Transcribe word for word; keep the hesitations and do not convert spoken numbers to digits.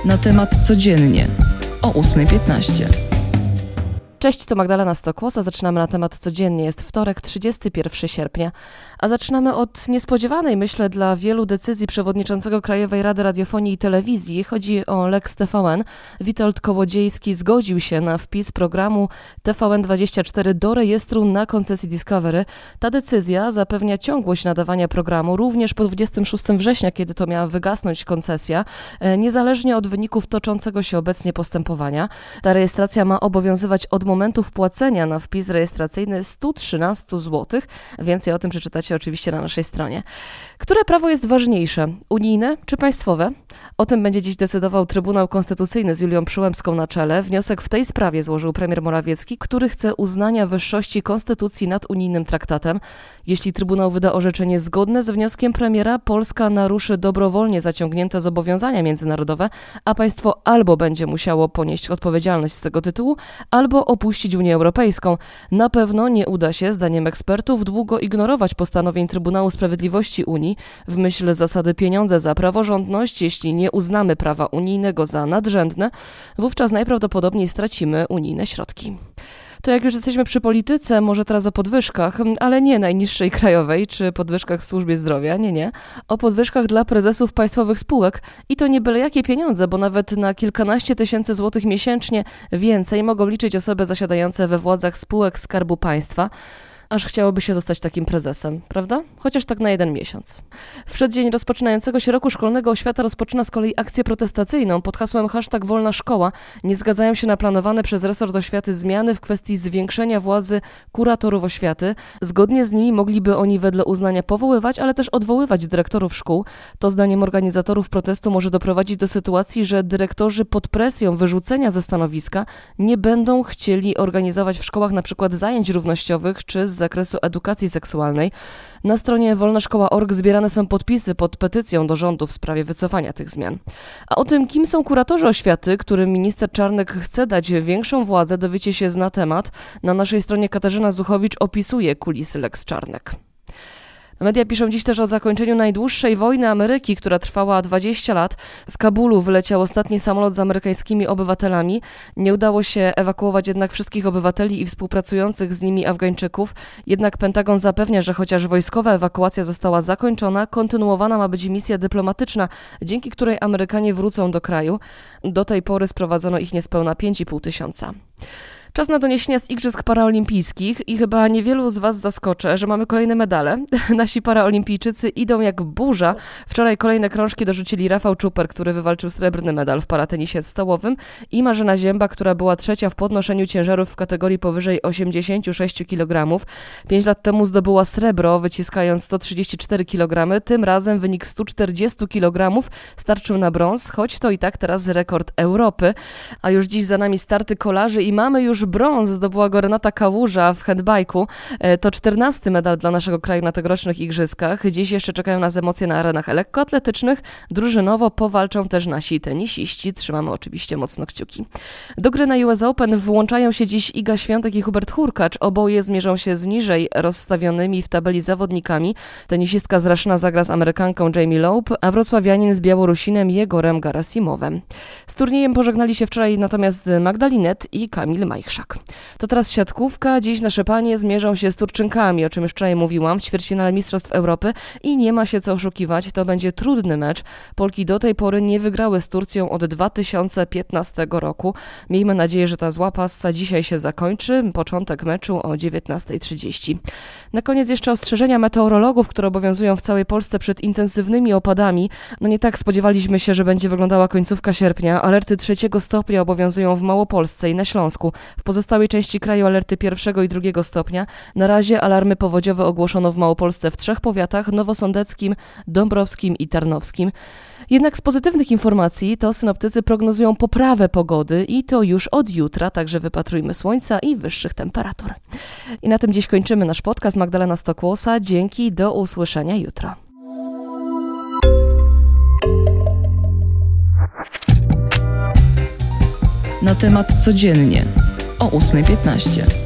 Na temat codziennie o ósma piętnaście. Cześć, to Magdalena Stokłos, a zaczynamy na temat codziennie. Jest wtorek, trzydziestego pierwszego sierpnia, a zaczynamy od niespodziewanej, myślę, dla wielu decyzji przewodniczącego Krajowej Rady Radiofonii i Telewizji. Chodzi o Lex T V N. Witold Kołodziejski zgodził się na wpis programu T V N dwadzieścia cztery do rejestru na koncesji Discovery. Ta decyzja zapewnia ciągłość nadawania programu również po dwudziestego szóstego września, kiedy to miała wygasnąć koncesja, niezależnie od wyników toczącego się obecnie postępowania. Ta rejestracja ma obowiązywać od momentu wpłacenia na wpis rejestracyjny sto trzynaście złotych. Więcej o tym przeczytacie oczywiście na naszej stronie. Które prawo jest ważniejsze? Unijne czy państwowe? O tym będzie dziś decydował Trybunał Konstytucyjny z Julią Przyłębską na czele. Wniosek w tej sprawie złożył premier Morawiecki, który chce uznania wyższości konstytucji nad unijnym traktatem. Jeśli Trybunał wyda orzeczenie zgodne z wnioskiem premiera, Polska naruszy dobrowolnie zaciągnięte zobowiązania międzynarodowe, a państwo albo będzie musiało ponieść odpowiedzialność z tego tytułu, albo opuścić Unię Europejską. Na pewno nie uda się, zdaniem ekspertów, długo ignorować postanowień Trybunału Sprawiedliwości Unii. W myśl zasady pieniądze za praworządność, jeśli nie uznamy prawa unijnego za nadrzędne, wówczas najprawdopodobniej stracimy unijne środki. To jak już jesteśmy przy polityce, może teraz o podwyżkach, ale nie najniższej krajowej, czy podwyżkach w służbie zdrowia, nie, nie. O podwyżkach dla prezesów państwowych spółek i to nie byle jakie pieniądze, bo nawet na kilkanaście tysięcy złotych miesięcznie więcej mogą liczyć osoby zasiadające we władzach spółek Skarbu Państwa. Aż chciałoby się zostać takim prezesem, prawda? Chociaż tak na jeden miesiąc. W przeddzień rozpoczynającego się roku szkolnego oświata rozpoczyna z kolei akcję protestacyjną pod hasłem hashtag Wolna Szkoła. Nie zgadzają się na planowane przez resort oświaty zmiany w kwestii zwiększenia władzy kuratorów oświaty. Zgodnie z nimi mogliby oni wedle uznania powoływać, ale też odwoływać dyrektorów szkół. To zdaniem organizatorów protestu może doprowadzić do sytuacji, że dyrektorzy pod presją wyrzucenia ze stanowiska nie będą chcieli organizować w szkołach na przykład zajęć równościowych czy z zakresu edukacji seksualnej. Na stronie wolna szkoła kropka org zbierane są podpisy pod petycją do rządu w sprawie wycofania tych zmian. A o tym, kim są kuratorzy oświaty, którym minister Czarnek chce dać większą władzę, dowiecie się na temat. Na naszej stronie Katarzyna Zuchowicz opisuje kulisy Lex Czarnek. Media piszą dziś też o zakończeniu najdłuższej wojny Ameryki, która trwała dwadzieścia lat. Z Kabulu wyleciał ostatni samolot z amerykańskimi obywatelami. Nie udało się ewakuować jednak wszystkich obywateli i współpracujących z nimi Afgańczyków. Jednak Pentagon zapewnia, że chociaż wojskowa ewakuacja została zakończona, kontynuowana ma być misja dyplomatyczna, dzięki której Amerykanie wrócą do kraju. Do tej pory sprowadzono ich niespełna pięć i pół tysiąca. Czas na doniesienia z Igrzysk Paraolimpijskich i chyba niewielu z Was zaskoczę, że mamy kolejne medale. Nasi paraolimpijczycy idą jak burza. Wczoraj kolejne krążki dorzucili Rafał Czuper, który wywalczył srebrny medal w paratenisie stołowym, i Marzena Zięba, która była trzecia w podnoszeniu ciężarów w kategorii powyżej osiemdziesiąt sześć kilogramów. Pięć lat temu zdobyła srebro, wyciskając sto trzydzieści cztery kilogramy. Tym razem wynik sto czterdzieści kilogramów starczył na brąz, choć to i tak teraz rekord Europy. A już dziś za nami starty kolarzy i mamy już brąz. Zdobyła go Renata Kałuża w handbajku. To czternasty medal dla naszego kraju na tegorocznych igrzyskach. Dziś jeszcze czekają nas emocje na arenach lekkoatletycznych. Drużynowo powalczą też nasi tenisiści. Trzymamy oczywiście mocno kciuki. Do gry na U S Open włączają się dziś Iga Świątek i Hubert Hurkacz. Oboje zmierzą się z niżej rozstawionymi w tabeli zawodnikami. Tenisistka z Raszyna zagra z Amerykanką Jamie Lope, a wrocławianin z Białorusinem Jegorem Garasimowem. Z turniejem pożegnali się wczoraj natomiast Magdalinet i Kamil Majchrzak. To teraz siatkówka. Dziś nasze panie zmierzą się z Turczynkami, o czym już wczoraj mówiłam, w ćwierćfinale Mistrzostw Europy i nie ma się co oszukiwać, to będzie trudny mecz. Polki do tej pory nie wygrały z Turcją od dwa tysiące piętnastego roku. Miejmy nadzieję, że ta zła passa dzisiaj się zakończy. Początek meczu o dziewiętnasta trzydzieści. Na koniec jeszcze ostrzeżenia meteorologów, które obowiązują w całej Polsce przed intensywnymi opadami. No nie tak spodziewaliśmy się, że będzie wyglądała końcówka sierpnia. Alerty trzeciego stopnia obowiązują w Małopolsce i na Śląsku. W pozostałej części kraju alerty pierwszego i drugiego stopnia. Na razie alarmy powodziowe ogłoszono w Małopolsce w trzech powiatach: nowosądeckim, dąbrowskim i tarnowskim. Jednak z pozytywnych informacji to synoptycy prognozują poprawę pogody i to już od jutra, także wypatrujmy słońca i wyższych temperatur. I na tym dziś kończymy nasz podcast. Magdalena Stokłosa. Dzięki, do usłyszenia jutro. Na temat codziennie o ósma piętnaście.